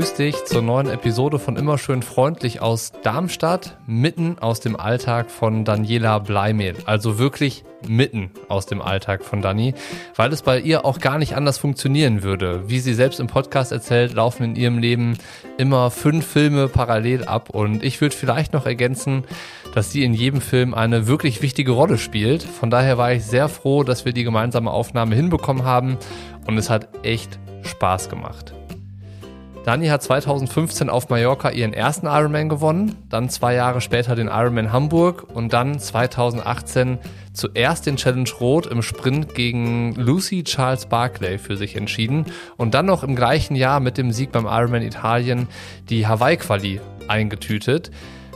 begrüße dich zur neuen Episode von Immer schön freundlich aus Darmstadt, mitten aus dem Alltag von Daniela Bleimehl. Also wirklich mitten aus dem Alltag von Dani, weil es bei ihr auch gar nicht anders funktionieren würde. Wie sie selbst im Podcast erzählt, laufen in ihrem Leben immer 5 Filme parallel ab und ich würde vielleicht noch ergänzen, dass sie in jedem Film eine wirklich wichtige Rolle spielt. Von daher war ich sehr froh, dass wir die gemeinsame Aufnahme hinbekommen haben und es hat echt Spaß gemacht. Dani hat 2015 auf Mallorca ihren ersten Ironman gewonnen, dann 2 Jahre später den Ironman Hamburg und dann 2018 zuerst den Challenge Rot im Sprint gegen Lucy Charles Barclay für sich entschieden und dann noch im gleichen Jahr mit dem Sieg beim Ironman Italien die Hawaii-Quali eingetütet.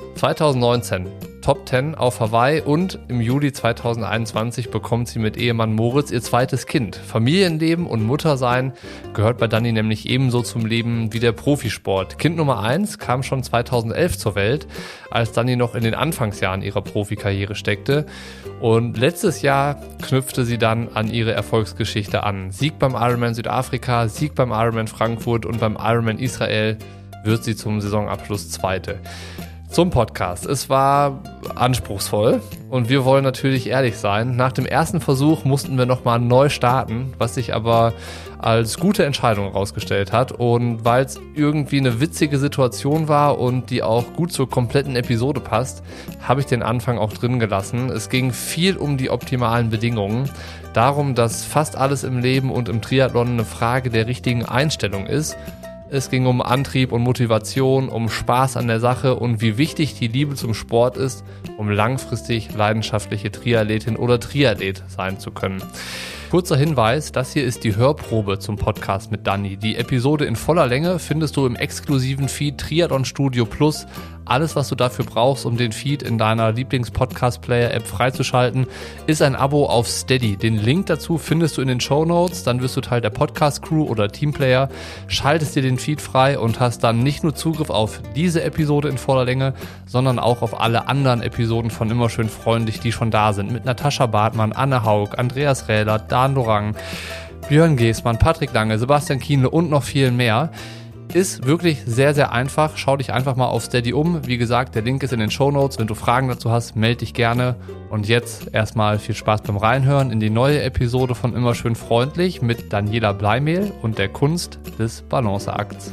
2019 Top 10 auf Hawaii und im Juli 2021 bekommt sie mit Ehemann Moritz ihr zweites Kind. Familienleben und Muttersein gehört bei Dani nämlich ebenso zum Leben wie der Profisport. Kind Nummer 1 kam schon 2011 zur Welt, als Dani noch in den Anfangsjahren ihrer Profikarriere steckte. Und letztes Jahr knüpfte sie dann an ihre Erfolgsgeschichte an. Sieg beim Ironman Südafrika, Sieg beim Ironman Frankfurt und beim Ironman Israel wird sie zum Saisonabschluss Zweite. Zum Podcast. Es war anspruchsvoll und wir wollen natürlich ehrlich sein. Nach dem ersten Versuch mussten wir nochmal neu starten, was sich aber als gute Entscheidung herausgestellt hat. Und weil es irgendwie eine witzige Situation war und die auch gut zur kompletten Episode passt, habe ich den Anfang auch drin gelassen. Es ging viel um die optimalen Bedingungen. Darum, dass fast alles im Leben und im Triathlon eine Frage der richtigen Einstellung ist. Es ging um Antrieb und Motivation, um Spaß an der Sache und wie wichtig die Liebe zum Sport ist, um langfristig leidenschaftliche Triathletin oder Triathlet sein zu können. Kurzer Hinweis, das hier ist die Hörprobe zum Podcast mit Dani. Die Episode in voller Länge findest du im exklusiven Feed Triathlon Studio Plus. Alles, was du dafür brauchst, um den Feed in deiner Lieblings-Podcast-Player-App freizuschalten, ist ein Abo auf Steady. Den Link dazu findest du in den Shownotes, dann wirst du Teil der Podcast-Crew oder Teamplayer, schaltest dir den Feed frei und hast dann nicht nur Zugriff auf diese Episode in voller Länge, sondern auch auf alle anderen Episoden von Immer schön freundlich, die schon da sind. Mit Natascha Bartmann, Anne Haug, Andreas Rähler, Dan Lorang, Björn Geßmann, Patrick Lange, Sebastian Kienle und noch viel mehr. Ist wirklich sehr, sehr einfach. Schau dich einfach mal auf Steady um. Wie gesagt, der Link ist in den Shownotes. Wenn du Fragen dazu hast, melde dich gerne. Und jetzt erstmal viel Spaß beim Reinhören in die neue Episode von Immer schön freundlich mit Daniela Bleimehl und der Kunst des Balanceakts.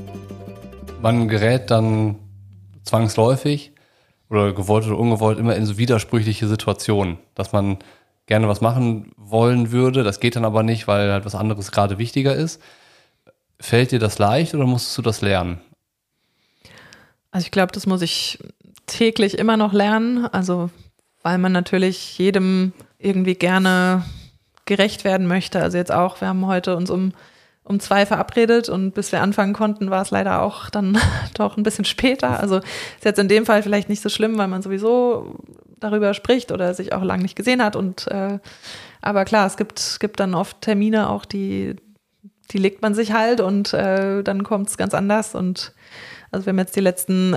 Man gerät dann zwangsläufig oder gewollt oder ungewollt immer in so widersprüchliche Situationen, dass man gerne was machen wollen würde. Das geht dann aber nicht, weil halt was anderes gerade wichtiger ist. Fällt dir das leicht oder musstest du das lernen? Also ich glaube, das muss ich täglich immer noch lernen. Also weil man natürlich jedem irgendwie gerne gerecht werden möchte. Also jetzt auch, wir haben heute uns um 2 verabredet und bis wir anfangen konnten, war es leider auch dann doch ein bisschen später. Also ist jetzt in dem Fall vielleicht nicht so schlimm, weil man sowieso darüber spricht oder sich auch lange nicht gesehen hat. Aber klar, es gibt dann oft Termine auch, die legt man sich halt und dann kommt es ganz anders. Und also wir haben jetzt die letzten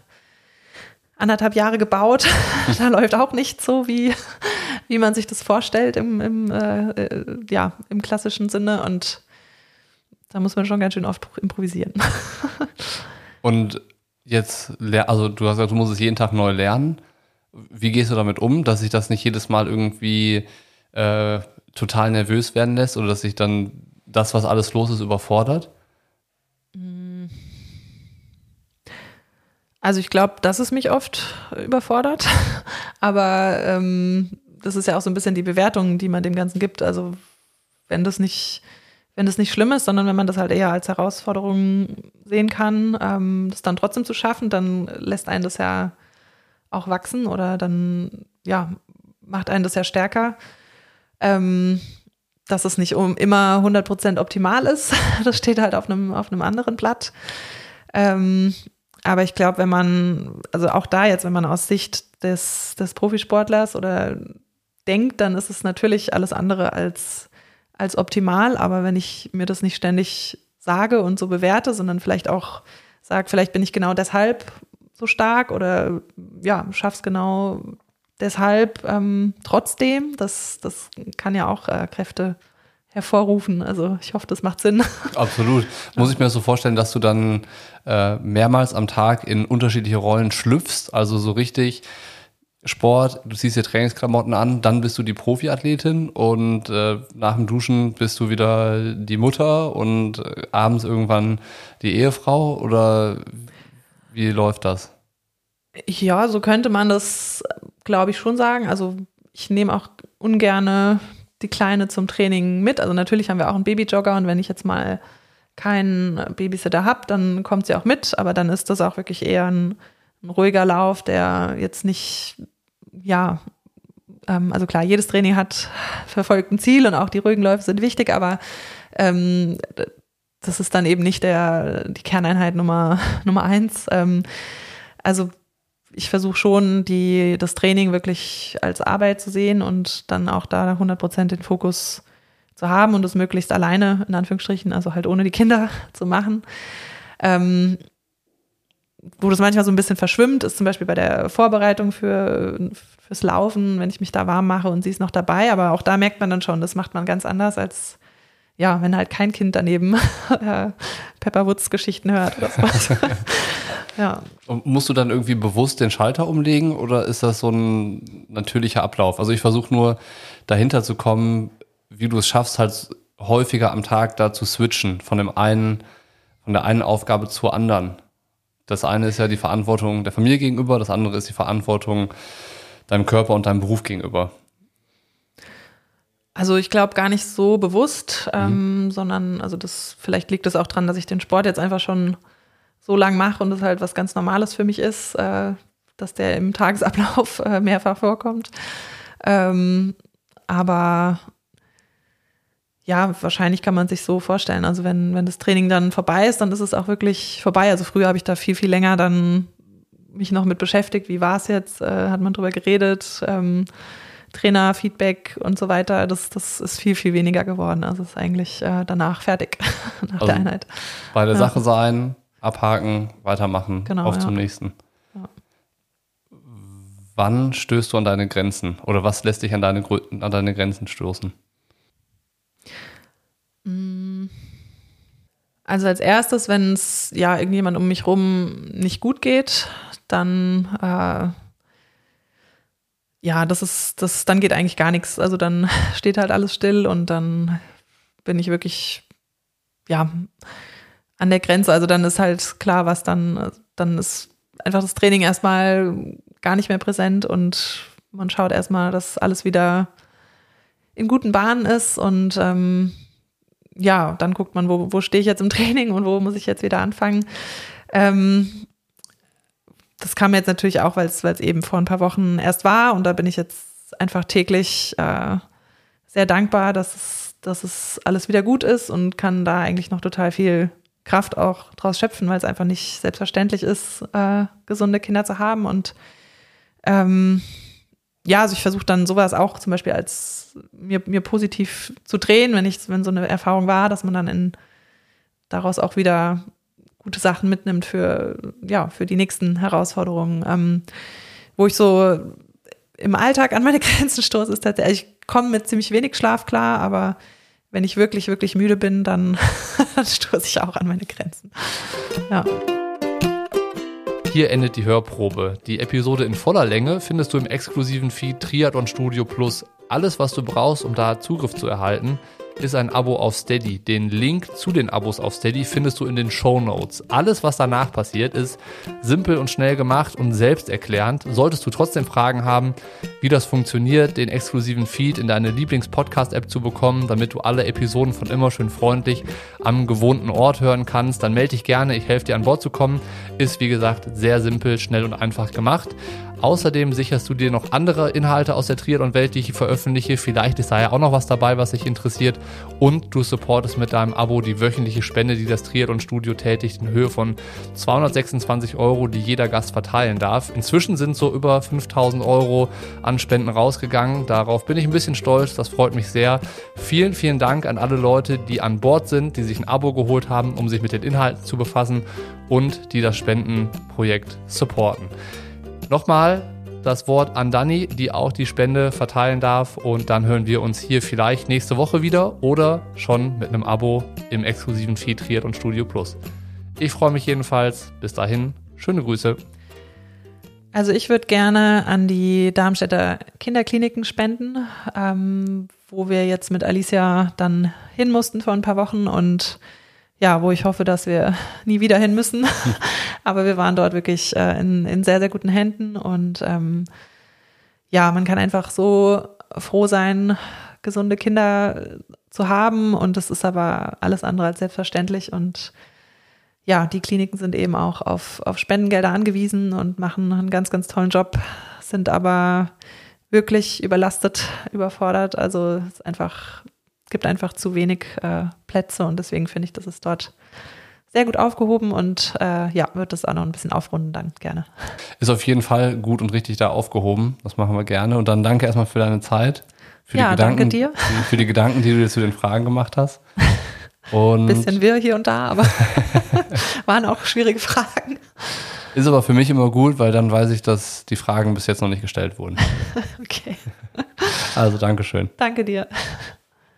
1,5 Jahre gebaut. Da läuft auch nicht so, wie man sich das vorstellt im klassischen Sinne. Und da muss man schon ganz schön oft improvisieren. Und jetzt, also du hast gesagt, du musst es jeden Tag neu lernen. Wie gehst du damit um, dass sich das nicht jedes Mal irgendwie total nervös werden lässt oder dass sich dann das, was alles los ist, überfordert? Also ich glaube, dass es mich oft überfordert, aber das ist ja auch so ein bisschen die Bewertung, die man dem Ganzen gibt. Also wenn das nicht schlimm ist, sondern wenn man das halt eher als Herausforderung sehen kann, das dann trotzdem zu schaffen, dann lässt einen das ja auch wachsen oder dann macht einen das ja stärker. Dass es nicht immer 100% optimal ist. Das steht halt auf einem anderen Blatt. Aber ich glaube, wenn man aus Sicht des Profisportlers oder denkt, dann ist es natürlich alles andere als optimal. Aber wenn ich mir das nicht ständig sage und so bewerte, sondern vielleicht auch sage, vielleicht bin ich genau deshalb so stark oder schaff's genau deshalb trotzdem, das kann ja auch Kräfte hervorrufen. Also ich hoffe, das macht Sinn. Absolut. Muss ich mir das so vorstellen, dass du dann mehrmals am Tag in unterschiedliche Rollen schlüpfst, also so richtig Sport, du ziehst dir Trainingsklamotten an, dann bist du die Profiathletin und nach dem Duschen bist du wieder die Mutter und abends irgendwann die Ehefrau, oder wie läuft das? Ja, so könnte man das, glaube ich, schon sagen. Also ich nehme auch ungerne die Kleine zum Training mit. Also natürlich haben wir auch einen Babyjogger, und wenn ich jetzt mal keinen Babysitter habe, dann kommt sie auch mit, aber dann ist das auch wirklich eher ein ruhiger Lauf, der jetzt nicht, also klar, jedes Training verfolgt ein Ziel und auch die ruhigen Läufe sind wichtig, aber das ist dann eben nicht die Kerneinheit Nummer 1. Also ich versuche schon, das Training wirklich als Arbeit zu sehen und dann auch da 100% den Fokus zu haben und es möglichst alleine, in Anführungsstrichen, also halt ohne die Kinder zu machen. Wo das manchmal so ein bisschen verschwimmt, ist zum Beispiel bei der Vorbereitung fürs Laufen, wenn ich mich da warm mache und sie ist noch dabei. Aber auch da merkt man dann schon, das macht man ganz anders, als wenn halt kein Kind daneben Pepper Woods Geschichten hört oder so. Ja. Und musst du dann irgendwie bewusst den Schalter umlegen, oder ist das so ein natürlicher Ablauf? Also ich versuche nur dahinter zu kommen, wie du es schaffst, halt häufiger am Tag da zu switchen von der einen Aufgabe zur anderen. Das eine ist ja die Verantwortung der Familie gegenüber, das andere ist die Verantwortung deinem Körper und deinem Beruf gegenüber. Also ich glaube gar nicht so bewusst, sondern vielleicht liegt es auch daran, dass ich den Sport jetzt einfach schon so lang mache und es halt was ganz Normales für mich ist, dass der im Tagesablauf mehrfach vorkommt. Aber ja, wahrscheinlich kann man sich so vorstellen. Also wenn das Training dann vorbei ist, dann ist es auch wirklich vorbei. Also früher habe ich da viel, viel länger dann mich noch mit beschäftigt. Wie war es jetzt? Hat man drüber geredet? Trainer, Feedback und so weiter. Das ist viel, viel weniger geworden. Also es ist eigentlich danach fertig, nach der Einheit. Bei der Sache sein, abhaken, weitermachen, genau, zum nächsten. Ja. Wann stößt du an deine Grenzen? Oder was lässt dich an deine Grenzen stoßen? Also als erstes, wenn es irgendjemand um mich rum nicht gut geht, dann dann geht eigentlich gar nichts. Also dann steht halt alles still und dann bin ich wirklich an der Grenze. Also dann ist halt klar, was dann ist einfach das Training erstmal gar nicht mehr präsent und man schaut erstmal, dass alles wieder in guten Bahnen ist und dann guckt man, wo stehe ich jetzt im Training und wo muss ich jetzt wieder anfangen. Das kam jetzt natürlich auch, weil es eben vor ein paar Wochen erst war und da bin ich jetzt einfach täglich sehr dankbar, dass es alles wieder gut ist und kann da eigentlich noch total viel Kraft auch draus schöpfen, weil es einfach nicht selbstverständlich ist, gesunde Kinder zu haben und also ich versuche dann sowas auch zum Beispiel als mir positiv zu drehen, wenn so eine Erfahrung war, dass man dann daraus auch wieder gute Sachen mitnimmt für die nächsten Herausforderungen. Wo ich so im Alltag an meine Grenzen stoße, ist tatsächlich, ich komme mit ziemlich wenig Schlaf klar, aber wenn ich wirklich, wirklich müde bin, dann stoße ich auch an meine Grenzen. Ja. Hier endet die Hörprobe. Die Episode in voller Länge findest du im exklusiven Feed Triathlon Studio Plus. Alles, was du brauchst, um da Zugriff zu erhalten, ist ein Abo auf Steady. Den Link zu den Abos auf Steady findest du in den Shownotes. Alles, was danach passiert, ist simpel und schnell gemacht und selbsterklärend. Solltest du trotzdem Fragen haben, wie das funktioniert, den exklusiven Feed in deine Lieblings-Podcast-App zu bekommen, damit du alle Episoden von Immer schön freundlich am gewohnten Ort hören kannst, dann melde dich gerne, ich helfe dir an Bord zu kommen. Ist, wie gesagt, sehr simpel, schnell und einfach gemacht. Außerdem sicherst du dir noch andere Inhalte aus der Triathlon-Welt, die ich veröffentliche. Vielleicht ist da ja auch noch was dabei, was dich interessiert. Und du supportest mit deinem Abo die wöchentliche Spende, die das Triathlon-Studio tätigt, in Höhe von 226 €, die jeder Gast verteilen darf. Inzwischen sind so über 5.000 € an Spenden rausgegangen. Darauf bin ich ein bisschen stolz, das freut mich sehr. Vielen, vielen Dank an alle Leute, die an Bord sind, die sich ein Abo geholt haben, um sich mit den Inhalten zu befassen und die das Spendenprojekt supporten. Nochmal, das Wort an Dani, die auch die Spende verteilen darf. Und dann hören wir uns hier vielleicht nächste Woche wieder oder schon mit einem Abo im exklusiven Feed Triathlon Studio Plus. Ich freue mich jedenfalls. Bis dahin, schöne Grüße. Also ich würde gerne an die Darmstädter Kinderkliniken spenden, wo wir jetzt mit Alicia dann hin mussten vor ein paar Wochen und ja, wo ich hoffe, dass wir nie wieder hin müssen. Aber wir waren dort wirklich in sehr, sehr guten Händen und ja, man kann einfach so froh sein, gesunde Kinder zu haben und das ist aber alles andere als selbstverständlich und ja, die Kliniken sind eben auch auf Spendengelder angewiesen und machen einen ganz, ganz tollen Job, sind aber wirklich überlastet, überfordert. Also es gibt einfach zu wenig Plätze und deswegen finde ich, das ist dort sehr gut aufgehoben und ja, wird das auch noch ein bisschen aufrunden, dann gerne. Ist auf jeden Fall gut und richtig da aufgehoben. Das machen wir gerne. Und dann danke erstmal für deine Zeit. Danke dir. Für die Gedanken, die du dir zu den Fragen gemacht hast. Und bisschen wirr hier und da, aber waren auch schwierige Fragen. Ist aber für mich immer gut, weil dann weiß ich, dass die Fragen bis jetzt noch nicht gestellt wurden. Okay. Also Dankeschön. Danke dir.